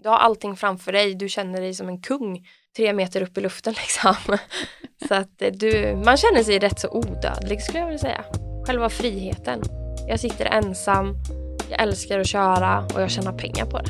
Du har allting framför dig. Du känner dig som en kung 3 meter upp i luften liksom. Så att man känner sig rätt så odödlig skulle jag vilja säga. Själva friheten. Jag sitter ensam. Jag älskar att köra och jag tjänar pengar på det.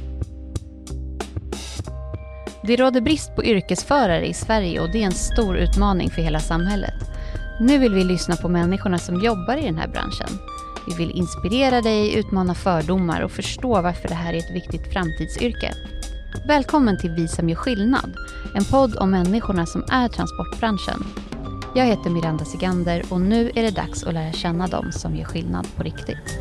Det råder brist på yrkesförare i Sverige och det är en stor utmaning för hela samhället. Nu vill vi lyssna på människorna som jobbar i den här branschen. Vi vill inspirera dig, utmana fördomar och förstå varför det här är ett viktigt framtidsyrke. Välkommen till Vi som gör skillnad, en podd om människorna som är transportbranschen. Jag heter Miranda Sigander och nu är det dags att lära känna dem som gör skillnad på riktigt.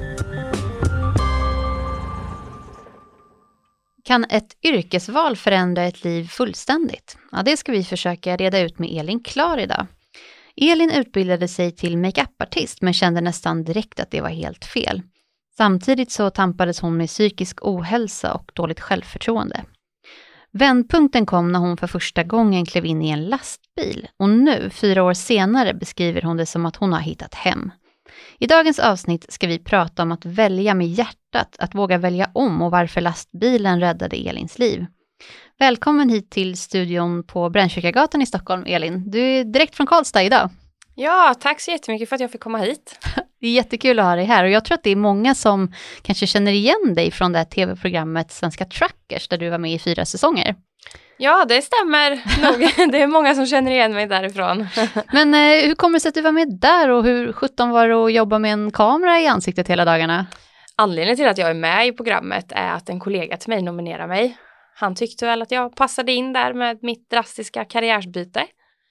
Kan ett yrkesval förändra ett liv fullständigt? Ja, det ska vi försöka reda ut med Elin Klar idag. Elin utbildade sig till make-up-artist men kände nästan direkt att det var helt fel. Samtidigt så tampades hon med psykisk ohälsa och dåligt självförtroende. Vändpunkten kom när hon för första gången klev in i en lastbil och nu, 4 år senare, beskriver hon det som att hon har hittat hem. I dagens avsnitt ska vi prata om att välja med hjärtat, att våga välja om och varför lastbilen räddade Elins liv. Välkommen hit till studion på Brännkyrkagatan i Stockholm, Elin. Du är direkt från Karlstad idag. Ja, tack så jättemycket för att jag fick komma hit. Det är jättekul att ha dig här och jag tror att det är många som kanske känner igen dig från det här tv-programmet Svenska Truckers där du var med i 4 säsonger. Ja, det stämmer nog. Det är många som känner igen mig därifrån. Men hur kommer det sig att du var med där och hur 17 var det att jobba med en kamera i ansiktet hela dagarna? Anledningen till att jag är med i programmet är att en kollega till mig nominerar mig. Han tyckte väl att jag passade in där med mitt drastiska karriärsbyte.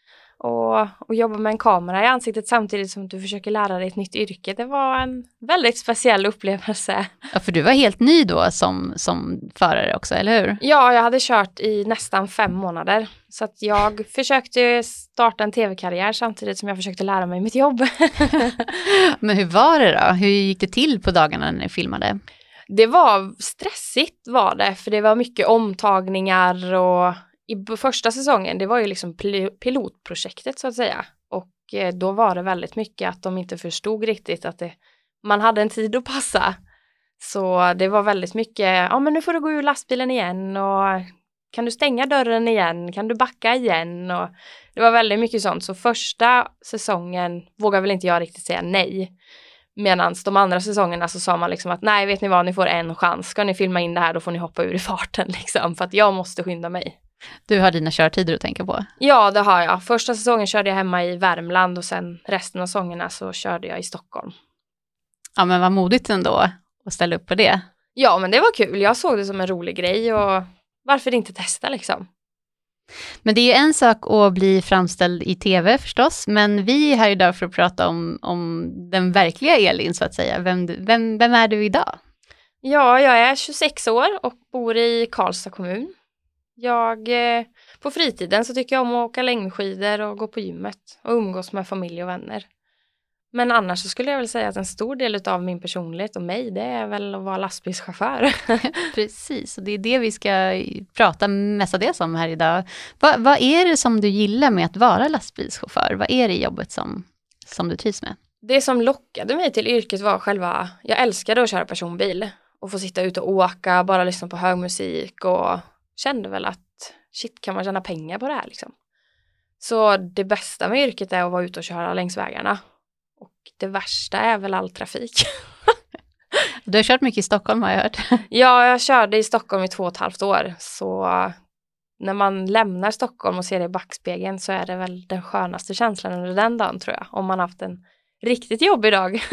Och jobba med en kamera i ansiktet samtidigt som du försöker lära dig ett nytt yrke. Det var en väldigt speciell upplevelse. Ja, för du var helt ny då som förare också, eller hur? Ja, jag hade kört i nästan 5 månader. Så att jag försökte starta en tv-karriär samtidigt som jag försökte lära mig mitt jobb. Men hur var det då? Hur gick det till på dagarna när ni filmade? Det var stressigt var det, för det var mycket omtagningar och i första säsongen, det var ju liksom pilotprojektet så att säga. Och då var det väldigt mycket att de inte förstod riktigt att man hade en tid att passa. Så det var väldigt mycket, ja men nu får du gå ur lastbilen igen och kan du stänga dörren igen, kan du backa igen och det var väldigt mycket sånt. Så första säsongen vågar väl inte jag riktigt säga nej. Medan de andra säsongerna så sa man liksom att nej vet ni vad, ni får en chans. Ska ni filma in det här då får ni hoppa ur i farten liksom för att jag måste skynda mig. Du har dina körtider att tänka på? Ja, det har jag. Första säsongen körde jag hemma i Värmland och sen resten av säsongerna så körde jag i Stockholm. Ja, men vad modigt ändå att ställa upp på det. Ja, men det var kul. Jag såg det som en rolig grej och varför inte testa liksom? Men det är ju en sak att bli framställd i tv förstås, men vi är här idag för att prata om den verkliga Elin så att säga. Vem är du idag? Ja, jag är 26 år och bor i Karlstad kommun. På fritiden så tycker jag om att åka längdskidor och gå på gymmet och umgås med familj och vänner. Men annars så skulle jag väl säga att en stor del av min personlighet och mig det är väl att vara lastbilschaufför. Precis, och det är det vi ska prata mestadels om här idag. Vad är det som du gillar med att vara lastbilschaufför? Vad är det i jobbet som du trivs med? Det som lockade mig till yrket var jag älskade att köra personbil och få sitta ute och åka, bara lyssna på hög musik och kände väl att shit, kan man tjäna pengar på det här liksom. Så det bästa med yrket är att vara ute och köra längs vägarna. Och det värsta är väl all trafik. Du har kört mycket i Stockholm har jag hört. Ja, jag körde i Stockholm i 2,5 år. Så när man lämnar Stockholm och ser det i backspegeln så är det väl den skönaste känslan under den dagen tror jag. Om man haft en riktigt jobbig dag.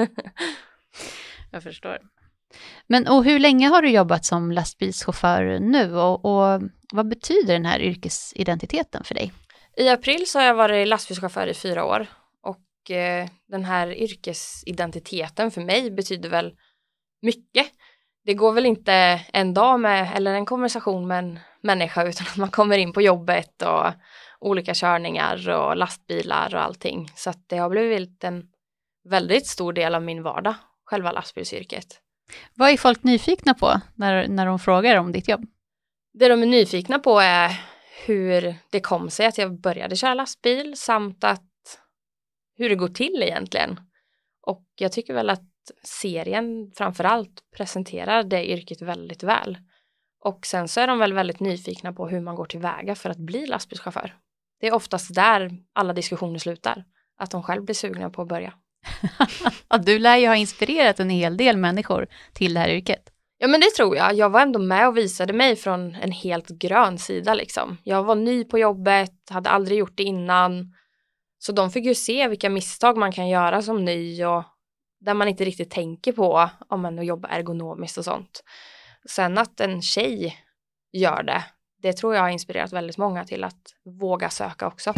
Jag förstår. Men och hur länge har du jobbat som lastbilschaufför nu och vad betyder den här yrkesidentiteten för dig? I april så har jag varit lastbilschaufför i 4 år och den här yrkesidentiteten för mig betyder väl mycket. Det går väl inte en dag med eller en konversation med en människa utan att man kommer in på jobbet och olika körningar och lastbilar och allting. Så att det har blivit en väldigt stor del av min vardag, själva lastbilsyrket. Vad är folk nyfikna på när de frågar om ditt jobb? Det de är nyfikna på är hur det kom sig att jag började köra lastbil samt att hur det går till egentligen. Och jag tycker väl att serien framförallt presenterar det yrket väldigt väl. Och sen så är de väl väldigt nyfikna på hur man går tillväga för att bli lastbilschaufför. Det är oftast där alla diskussioner slutar. Att de själv blir sugna på att börja. Ja, du lär ju ha inspirerat en hel del människor till det här yrket. Ja, men det tror jag. Jag var ändå med och visade mig från en helt grön sida liksom. Jag var ny på jobbet, hade aldrig gjort det innan. Så de fick ju se vilka misstag man kan göra som ny och där man inte riktigt tänker på om man jobbar ergonomiskt och sånt. Sen att en tjej gör det, det tror jag har inspirerat väldigt många till att våga söka också.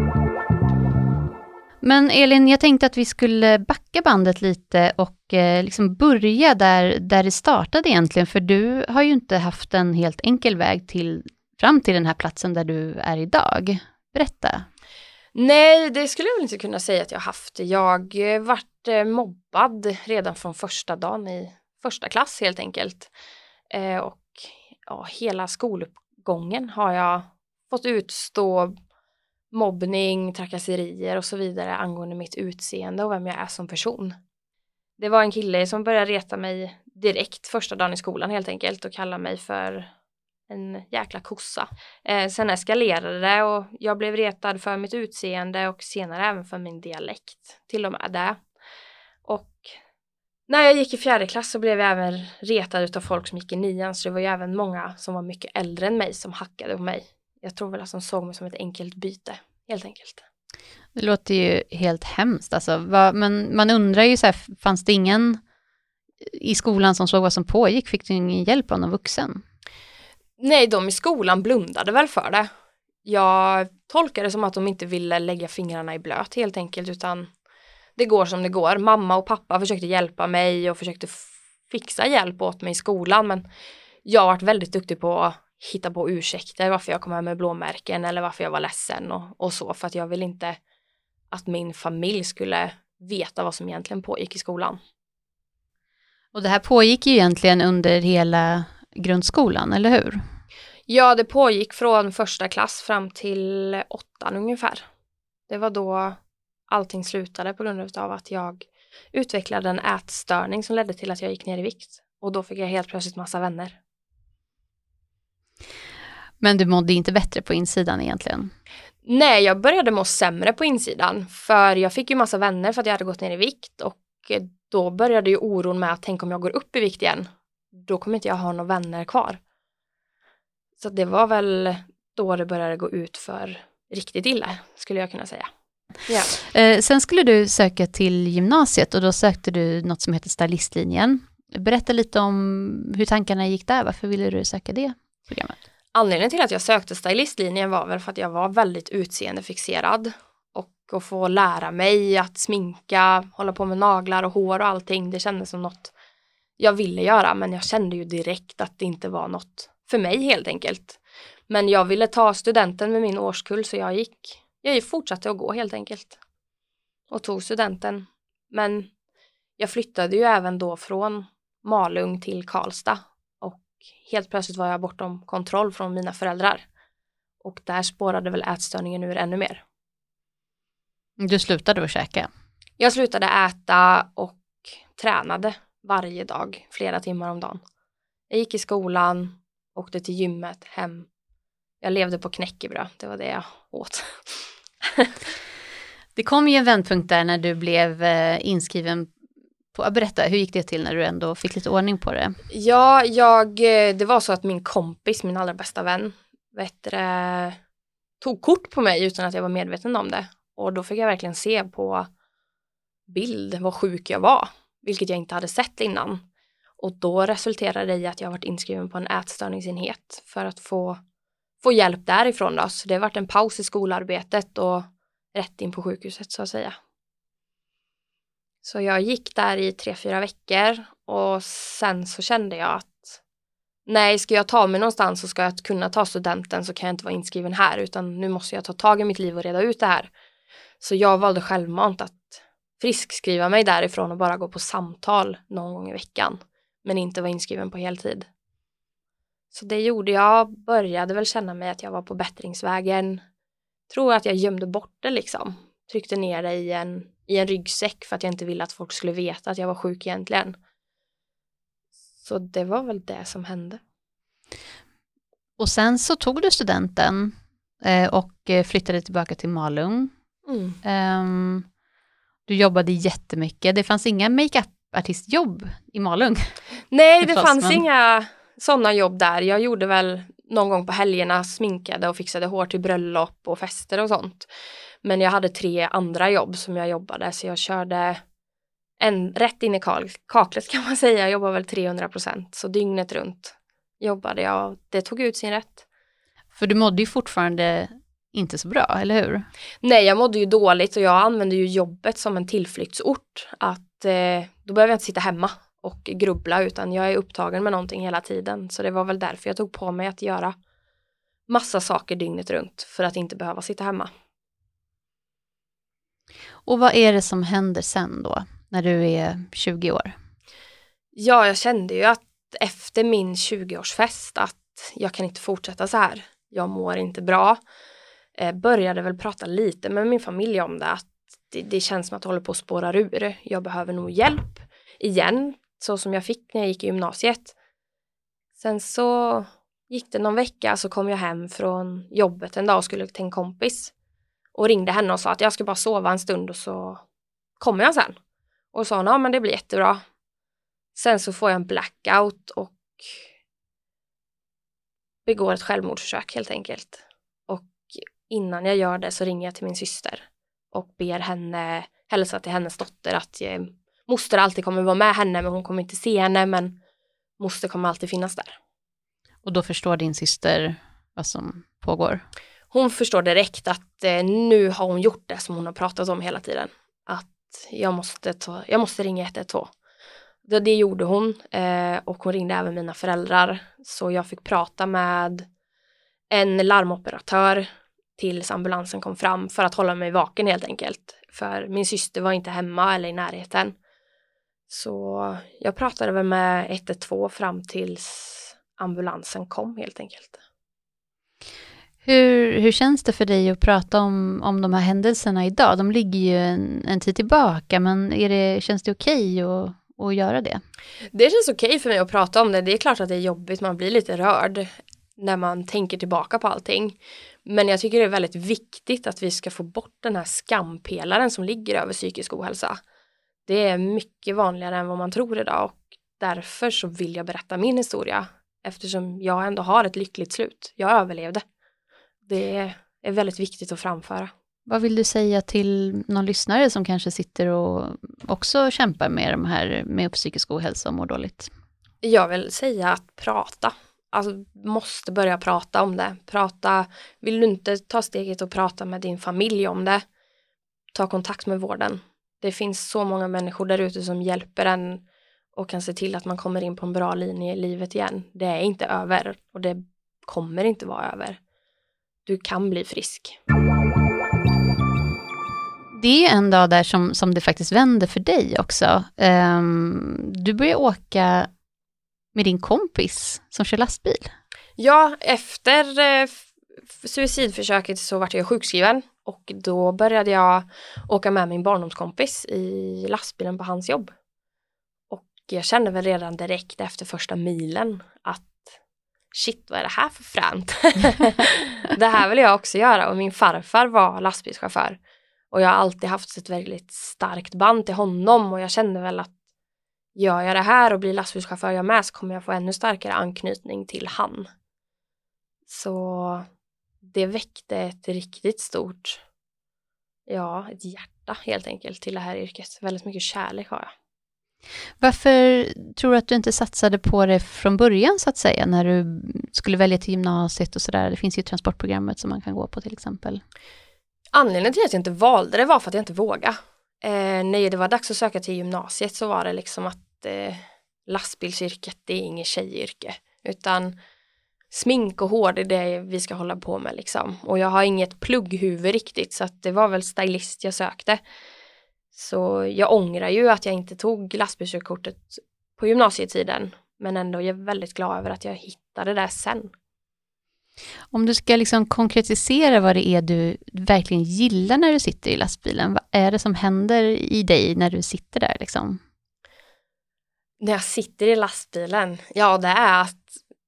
Men Elin, jag tänkte att vi skulle backa bandet lite och liksom börja där det startade egentligen. För du har ju inte haft en helt enkel väg fram till den här platsen där du är idag. Berätta. Nej, det skulle jag väl inte kunna säga att jag haft. Jag vart mobbad redan från första dagen i första klass helt enkelt. Och ja, hela skoluppgången har jag fått utstå mobbning, trakasserier och så vidare angående mitt utseende och vem jag är som person. Det var en kille som började reta mig direkt första dagen i skolan helt enkelt och kalla mig för en jäkla kossa. Sen eskalerade det och jag blev retad för mitt utseende och senare även för min dialekt. Till och med det. Och när jag gick i 4:e klass så blev jag även retad utav folk som gick i 9:an. Så det var ju även många som var mycket äldre än mig som hackade på mig. Jag tror väl att de såg mig som ett enkelt byte, helt enkelt. Det låter ju helt hemskt. Alltså, men man undrar ju så här, fanns det ingen i skolan som såg vad som pågick? Fick du ingen hjälp av någon vuxen? Nej, de i skolan blundade väl för det. Jag tolkade det som att de inte ville lägga fingrarna i blöt helt enkelt, utan det går som det går. Mamma och pappa försökte hjälpa mig och försökte fixa hjälp åt mig i skolan, men jag har varit väldigt duktig på att hitta på ursäkter varför jag kom hem med blåmärken eller varför jag var ledsen och så, för att jag vill inte att min familj skulle veta vad som egentligen pågick i skolan. Och det här pågick ju egentligen under hela grundskolan, eller hur? Ja, det pågick från första klass fram till 8:an ungefär. Det var då allting slutade på grund av att jag utvecklade en ätstörning som ledde till att jag gick ner i vikt. Och då fick jag helt plötsligt massa vänner. Men du mådde inte bättre på insidan egentligen? Nej, jag började må sämre på insidan. För jag fick ju massa vänner för att jag hade gått ner i vikt. Och då började ju oron med att tänk om jag går upp i vikt igen. Då kommer inte jag ha några vänner kvar. Så det var väl då det började gå ut för riktigt illa, skulle jag kunna säga. Ja. Sen skulle du söka till gymnasiet och då sökte du något som heter stylistlinjen. Berätta lite om hur tankarna gick där. Varför ville du söka det programmet? Anledningen till att jag sökte stylistlinjen var väl för att jag var väldigt utseendefixerad. Och att få lära mig att sminka, hålla på med naglar och hår och allting. Det kändes som något jag ville göra, men jag kände ju direkt att det inte var något för mig helt enkelt. Men jag ville ta studenten med min årskull, så jag fortsatte att gå helt enkelt. Och tog studenten. Men jag flyttade ju även då från Malung till Karlstad. Och helt plötsligt var jag bortom kontroll från mina föräldrar. Och där spårade väl ätstörningen ur ännu mer. Du slutade att käka? Jag slutade äta och tränade varje dag, flera timmar om dagen. Jag gick i skolan, åkte till gymmet, hem. Jag levde på knäckebröd, det var det jag åt. Det kom ju en vändpunkt där när du blev inskriven på, berätta, hur gick det till när du ändå fick lite ordning på det? Ja, det var så att min kompis, min allra bästa vän, tog kort på mig utan att jag var medveten om det. Och då fick jag verkligen se på bild vad sjuk jag var, vilket jag inte hade sett innan. Och då resulterade det i att jag varit inskriven på en ätstörningsenhet för att få hjälp därifrån då. Så det har varit en paus i skolarbetet och rätt in på sjukhuset så att säga. Så jag gick där i 3-4 veckor och sen så kände jag att nej, ska jag ta mig någonstans så ska jag kunna ta studenten, så kan jag inte vara inskriven här, utan nu måste jag ta tag i mitt liv och reda ut det här. Så jag valde självmant att friskskriva mig därifrån och bara gå på samtal någon gång i veckan, men inte vara inskriven på heltid. Så det gjorde jag, började väl känna mig att jag var på bättringsvägen. Tror att jag gömde bort det liksom. Tryckte ner det i en ryggsäck för att jag inte ville att folk skulle veta att jag var sjuk egentligen. Så det var väl det som hände. Och sen så tog du studenten och flyttade tillbaka till Malung. Du jobbade jättemycket. Det fanns inga makeup-artistjobb i Malung. Nej, det fanns inga sådana jobb där. Jag gjorde väl någon gång på helgerna, sminkade och fixade hår till bröllop och fester och sånt. Men jag hade 3 andra jobb som jag jobbade, så jag körde rätt in i kaklet kan man säga. Jag jobbade väl 300%, så dygnet runt jobbade jag och det tog ut sin rätt. För du mådde ju fortfarande inte så bra, eller hur? Nej, jag mådde ju dåligt och jag använde ju jobbet som en tillflyktsort. Då behöver jag inte sitta hemma och grubbla, utan jag är upptagen med någonting hela tiden. Så det var väl därför jag tog på mig att göra massa saker dygnet runt för att inte behöva sitta hemma. Och vad är det som händer sen då, när du är 20 år? Ja, jag kände ju att efter min 20-årsfest att jag kan inte fortsätta så här. Jag mår inte bra. Började väl prata lite med min familj om det. Att det känns som att jag håller på att spåra ur. Jag behöver nog hjälp igen. Så som jag fick när jag gick i gymnasiet. Sen så gick det någon vecka, så kom jag hem från jobbet en dag och skulle till en kompis. Och ringde henne och sa att jag ska bara sova en stund och så kommer jag sen. Och sa ja, men det blir jättebra. Sen så får jag en blackout och begår ett självmordsförsök helt enkelt. Och innan jag gör det så ringer jag till min syster och ber henne hälsa till hennes dotter att moster alltid kommer vara med henne, men hon kommer inte se henne, men moster kommer alltid finnas där. Och då förstår din syster vad som pågår? Hon förstår direkt att nu har hon gjort det som hon har pratat om hela tiden. Att jag måste ringa 112. Det gjorde hon och hon ringde även mina föräldrar. Så jag fick prata med en larmoperatör tills ambulansen kom fram för att hålla mig vaken helt enkelt. För min syster var inte hemma eller i närheten. Så jag pratade väl med 112 fram tills ambulansen kom helt enkelt. Hur känns det för dig att prata om de här händelserna idag? De ligger ju en tid tillbaka, men känns det okej att göra det? Det känns okej för mig att prata om det. Det är klart att det är jobbigt, man blir lite rörd när man tänker tillbaka på allting. Men jag tycker det är väldigt viktigt att vi ska få bort den här skampelaren som ligger över psykisk ohälsa. Det är mycket vanligare än vad man tror idag, och därför så vill jag berätta min historia. Eftersom jag ändå har ett lyckligt slut. Jag överlevde. Det är väldigt viktigt att framföra. Vad vill du säga till någon lyssnare som kanske sitter och också kämpar med de här med psykisk ohälsa och mår dåligt? Jag vill säga att prata. Alltså måste börja prata om det. Vill du inte ta steget och prata med din familj om det? Ta kontakt med vården. Det finns så många människor där ute som hjälper en och kan se till att man kommer in på en bra linje i livet igen. Det är inte över och det kommer inte vara över. Du kan bli frisk. Det är en dag där som det faktiskt vänder för dig också. Du börjar åka med din kompis som kör lastbil. Ja, efter suicidförsöket så var jag sjukskriven. Och då började jag åka med min barndomskompis i lastbilen på hans jobb. Och jag kände väl redan direkt efter första milen att shit, vad är det här för fränt? Det här vill jag också göra. Och min farfar var lastbilschaufför. Och jag har alltid haft ett väldigt starkt band till honom. Och jag kände väl att gör jag det här och blir lastbilschaufför jag med, så kommer jag få ännu starkare anknytning till han. Så det väckte ett riktigt stort, ett hjärta helt enkelt till det här yrket. Väldigt mycket kärlek har jag. Varför tror du att du inte satsade på det från början så att säga, när du skulle välja till gymnasiet och sådär? Det finns ju transportprogrammet som man kan gå på till exempel. Anledningen till att jag inte valde det var för att jag inte vågade. När det var dags att söka till gymnasiet så var det liksom att lastbilsyrket, det är inget tjejyrke. Utan smink och hår, det är det vi ska hålla på med liksom. Och jag har inget plugghuvud riktigt, så att det var väl stylist jag sökte. Så jag ångrar ju att jag inte tog lastbilskörkortet på gymnasietiden. Men ändå är jag väldigt glad över att jag hittade det sen. Om du ska liksom konkretisera vad det är du verkligen gillar när du sitter i lastbilen. Vad är det som händer i dig när du sitter där liksom? När jag sitter i lastbilen? Ja, det är att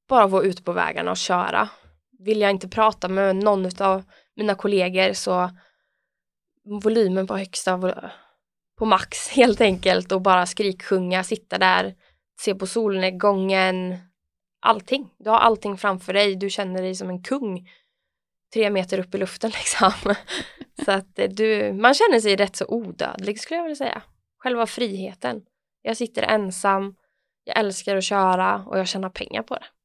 bara vara ute på vägarna och köra. Vill jag inte prata med någon av mina kollegor så volymen på på max helt enkelt och bara skriksjunga, sitta där, se på solnedgången, allting. Du har allting framför dig, du känner dig som en kung 3 meter upp i luften liksom. Så att man känner sig rätt så odödlig skulle jag vilja säga. Själva friheten. Jag sitter ensam, jag älskar att köra och jag tjänar pengar på det.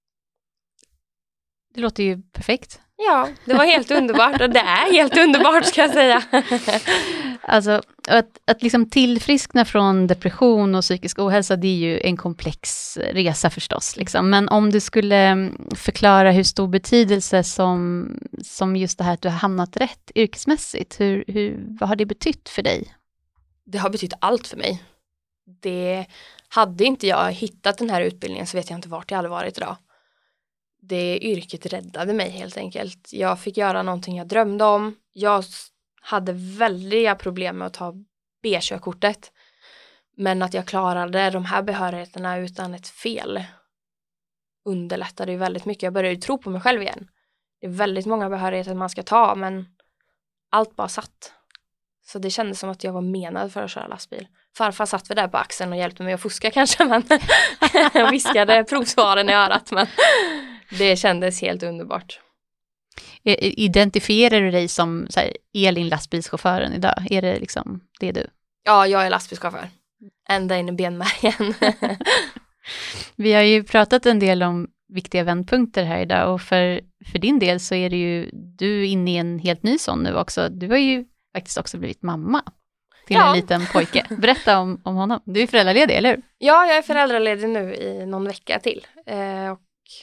Det låter ju perfekt. Ja, det var helt underbart och det är helt underbart ska jag säga. Alltså att liksom tillfriskna från depression och psykisk ohälsa, det är ju en komplex resa förstås. Liksom. Men om du skulle förklara hur stor betydelse som just det här att du har hamnat rätt yrkesmässigt, vad har det betytt för dig? Det har betytt allt för mig. Hade inte jag hittat den här utbildningen så vet jag inte vart jag hade varit idag. Det yrket räddade mig helt enkelt. Jag fick göra någonting jag drömde om. Jag hade väldiga problem med att ta B-körkortet. Men att jag klarade de här behörigheterna utan ett fel underlättade ju väldigt mycket. Jag började ju tro på mig själv igen. Det är väldigt många behörigheter man ska ta men allt bara satt. Så det kändes som att jag var menad för att köra lastbil. Farfar satt väl där på axeln och hjälpte mig att fuska kanske. Men jag viskade provsvaren i örat. Men det kändes helt underbart. Identifierar du dig som så här, Elin lastbilschauffören idag? Är det liksom det du? Ja, jag är lastbilschaufför. Ända in i benmärgen. Vi har ju pratat en del om viktiga vändpunkter här idag. Och för din del så är det ju, du är inne i en helt ny sån nu också. Du har ju faktiskt också blivit mamma till en liten pojke. Berätta om honom. Du är föräldraledig, eller hur? Ja, jag är föräldraledig nu i någon vecka till. Och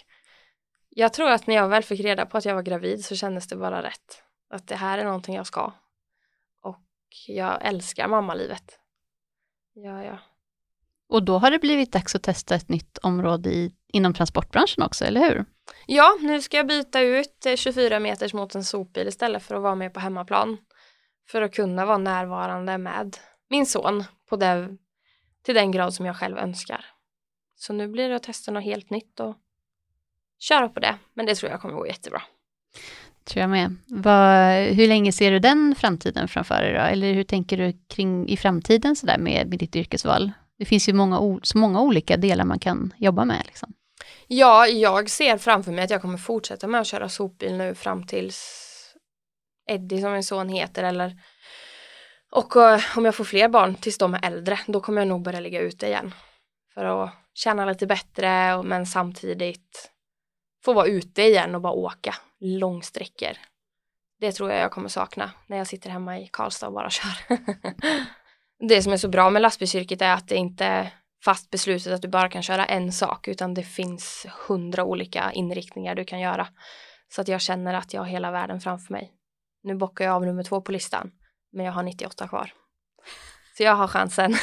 jag tror att när jag väl fick reda på att jag var gravid så kändes det bara rätt. Att det här är någonting jag ska. Och jag älskar mammalivet. Ja. Och då har det blivit dags att testa ett nytt område inom transportbranschen också, eller hur? Ja, nu ska jag byta ut 24 meters mot en sopbil istället för att vara med på hemmaplan. För att kunna vara närvarande med min son till den grad som jag själv önskar. Så nu blir det att testa något helt nytt och köra på det. Men det tror jag kommer gå jättebra. Tror jag med. Hur länge ser du den framtiden framför dig då? Eller hur tänker du kring i framtiden så där med ditt yrkesval? Det finns ju så många olika delar man kan jobba med. Liksom. Ja, jag ser framför mig att jag kommer fortsätta med att köra sopbil nu fram tills Eddie som min son heter. Och om jag får fler barn tills de är äldre, då kommer jag nog börja ligga ute igen. För att tjäna lite bättre men samtidigt få vara ute igen och bara åka långsträckor. Det tror jag kommer sakna när jag sitter hemma i Karlstad och bara kör. Det som är så bra med lastbilsyrket är att det inte är fast beslutet att du bara kan köra en sak utan det finns 100 olika inriktningar du kan göra. Så att jag känner att jag har hela världen framför mig. Nu bockar jag av nummer 2 på listan men jag har 98 kvar. Så jag har chansen.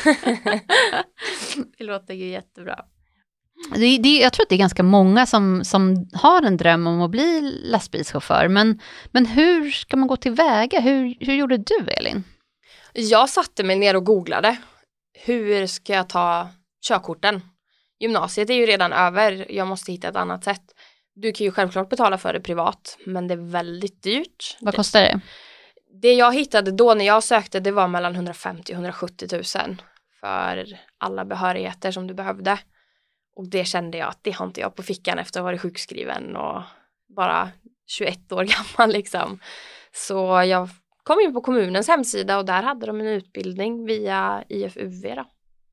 Det låter ju jättebra. Jag tror att det är ganska många som har en dröm om att bli lastbilschaufför. Men hur ska man gå tillväga? Hur gjorde du, Elin? Jag satte mig ner och googlade. Hur ska jag ta körkorten? Gymnasiet är ju redan över. Jag måste hitta ett annat sätt. Du kan ju självklart betala för det privat. Men det är väldigt dyrt. Vad kostar det? Det jag hittade då när jag sökte det var mellan 150 och 170 000 för alla behörigheter som du behövde. Och det kände jag att det har inte jag på fickan efter att ha varit sjukskriven och bara 21 år gammal liksom. Så jag kom in på kommunens hemsida och där hade de en utbildning via IFUV då.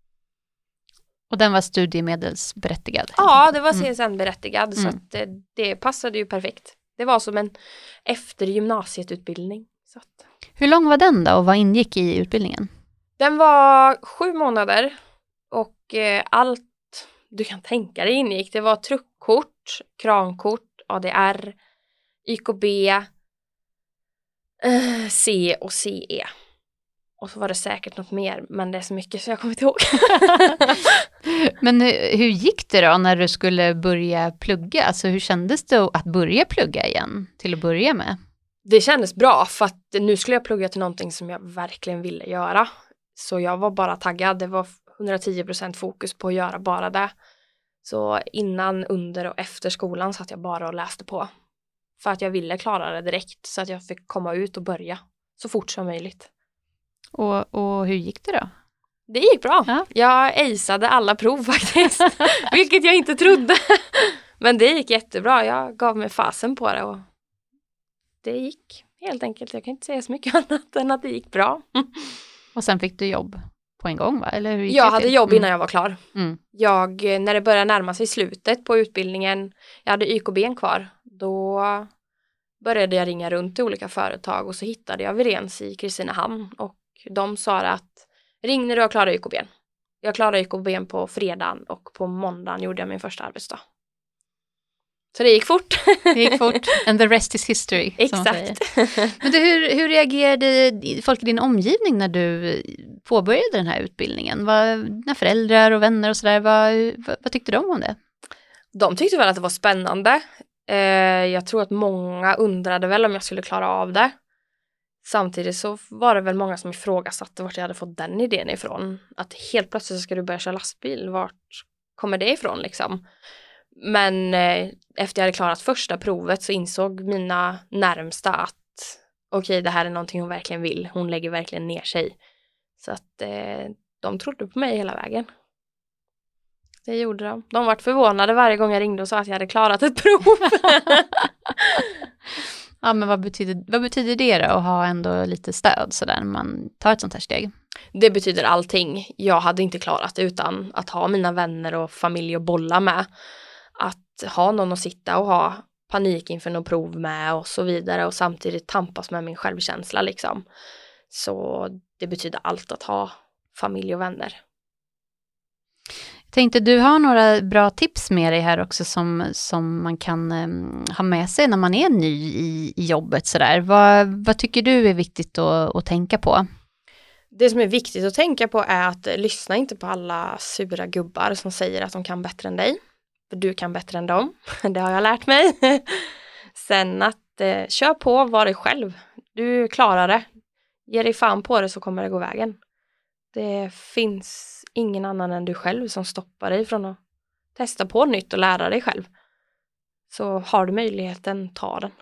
Och den var studiemedelsberättigad? Ja, det var CSN-berättigad så att det passade ju perfekt. Det var som en efter gymnasietutbildning. Så att. Hur lång var den då och vad ingick i utbildningen? Den var 7 månader och allt du kan tänka dig ingick. Det var truckkort, krankort, ADR, YKB, C och CE. Och så var det säkert något mer, men det är så mycket så jag kommer inte ihåg. Men hur gick det då när du skulle börja plugga? Alltså hur kändes det att börja plugga igen till att börja med? Det kändes bra för att nu skulle jag plugga till någonting som jag verkligen ville göra. Så jag var bara taggad. Det var 110% fokus på att göra bara det. Så innan, under och efter skolan satt jag bara och läste på. För att jag ville klara det direkt så att jag fick komma ut och börja så fort som möjligt. Och hur gick det då? Det gick bra. Ja. Jag aceade alla prov faktiskt. Vilket jag inte trodde. Men det gick jättebra. Jag gav mig fasen på det. Och det gick helt enkelt. Jag kan inte säga så mycket annat än att det gick bra. Och sen fick du jobb på en gång, va? Eller hur gick jag hade jobb innan jag var klar. Mm. När det började närma sig slutet på utbildningen. Jag hade YKB kvar. Då började jag ringa runt till olika företag. Och så hittade jag Virens i Kristinehamn. Och de sa att ring när du har klarat YKB. Jag klarade YKB på fredagen och på måndagen gjorde jag min första arbetsdag. Så det gick fort. Det gick fort. And the rest is history. Exakt. Men hur reagerade folk i din omgivning när du påbörjade den här utbildningen? När föräldrar och vänner och sådär, vad tyckte de om det? De tyckte väl att det var spännande. Jag tror att många undrade väl om jag skulle klara av det. Samtidigt så var det väl många som ifrågasatte vart jag hade fått den idén ifrån. Att helt plötsligt ska du börja köra lastbil. Vart kommer det ifrån liksom? Men efter jag hade klarat första provet så insåg mina närmsta att okej, det här är någonting hon verkligen vill. Hon lägger verkligen ner sig. Så att de trodde på mig hela vägen. Det gjorde de. De var förvånade varje gång jag ringde och sa att jag hade klarat ett prov. Ja, men vad betyder det då att ha ändå lite stöd så där när man tar ett sånt här steg? Det betyder allting. Jag hade inte klarat det utan att ha mina vänner och familj att bolla med. Att ha någon att sitta och ha panik inför något prov med och så vidare. Och samtidigt tampas med min självkänsla liksom. Så det betyder allt att ha familj och vänner. Jag tänkte, du har några bra tips med dig här också som man kan ha med sig när man är ny i jobbet. Sådär. Vad tycker du är viktigt att tänka på? Det som är viktigt att tänka på är att lyssna inte på alla sura gubbar som säger att de kan bättre än dig. För du kan bättre än dem. Det har jag lärt mig. Sen att kör på, var dig själv. Du klarar det. Ge dig fan på det så kommer det gå vägen. Det finns ingen annan än du själv som stoppar dig från att testa på nytt och lära dig själv. Så har du möjligheten, ta den.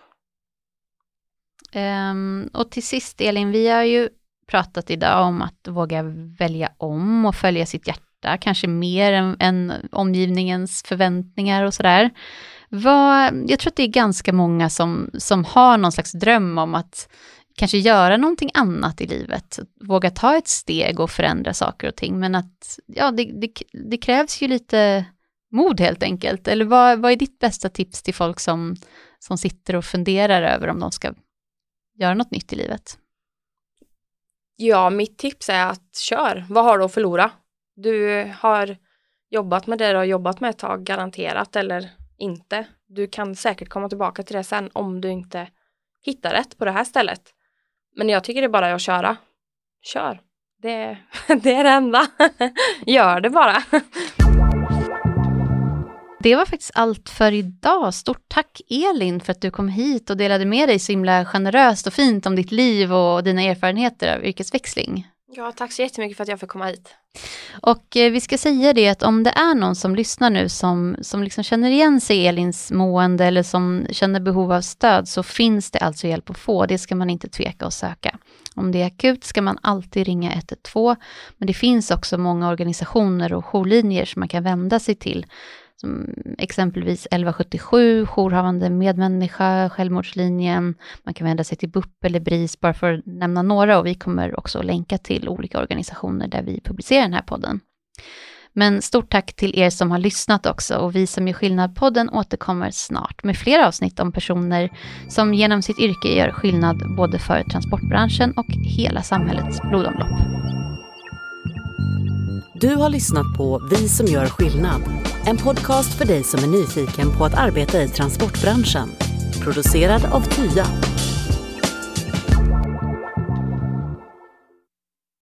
Och till sist, Elin, vi har ju pratat idag om att våga välja om och följa sitt hjärta. Kanske mer än omgivningens förväntningar och sådär. Jag tror att det är ganska många som har någon slags dröm om att kanske göra någonting annat i livet. Våga ta ett steg och förändra saker och ting. Men att det krävs ju lite mod helt enkelt. Eller vad är ditt bästa tips till folk som sitter och funderar över om de ska göra något nytt i livet? Ja, mitt tips är att kör. Vad har du att förlora? Du har jobbat med det du har jobbat med ett tag, garanterat eller inte. Du kan säkert komma tillbaka till det sen om du inte hittar rätt på det här stället. Men jag tycker det är bara att köra. Kör. Det är det enda. Gör det bara. Det var faktiskt allt för idag. Stort tack Elin för att du kom hit och delade med dig så himla generöst och fint om ditt liv och dina erfarenheter av yrkesväxling. Ja, tack så jättemycket för att jag fick komma hit. Och vi ska säga det att om det är någon som lyssnar nu som liksom känner igen sig i Elins mående eller som känner behov av stöd så finns det alltså hjälp att få. Det ska man inte tveka att söka. Om det är akut ska man alltid ringa 112, men det finns också många organisationer och jourlinjer som man kan vända sig till. Som exempelvis 1177, jourhavande medmänniska, självmordslinjen. Man kan vända sig till BUP eller BRIS bara för att nämna några. Och vi kommer också länka till olika organisationer där vi publicerar den här podden. Men stort tack till er som har lyssnat också. Och Vi som gör skillnad-podden återkommer snart med fler avsnitt om personer som genom sitt yrke gör skillnad både för transportbranschen och hela samhällets blodomlopp. Du har lyssnat på Vi som gör skillnad. En podcast för dig som är nyfiken på att arbeta i transportbranschen. Producerad av TYA.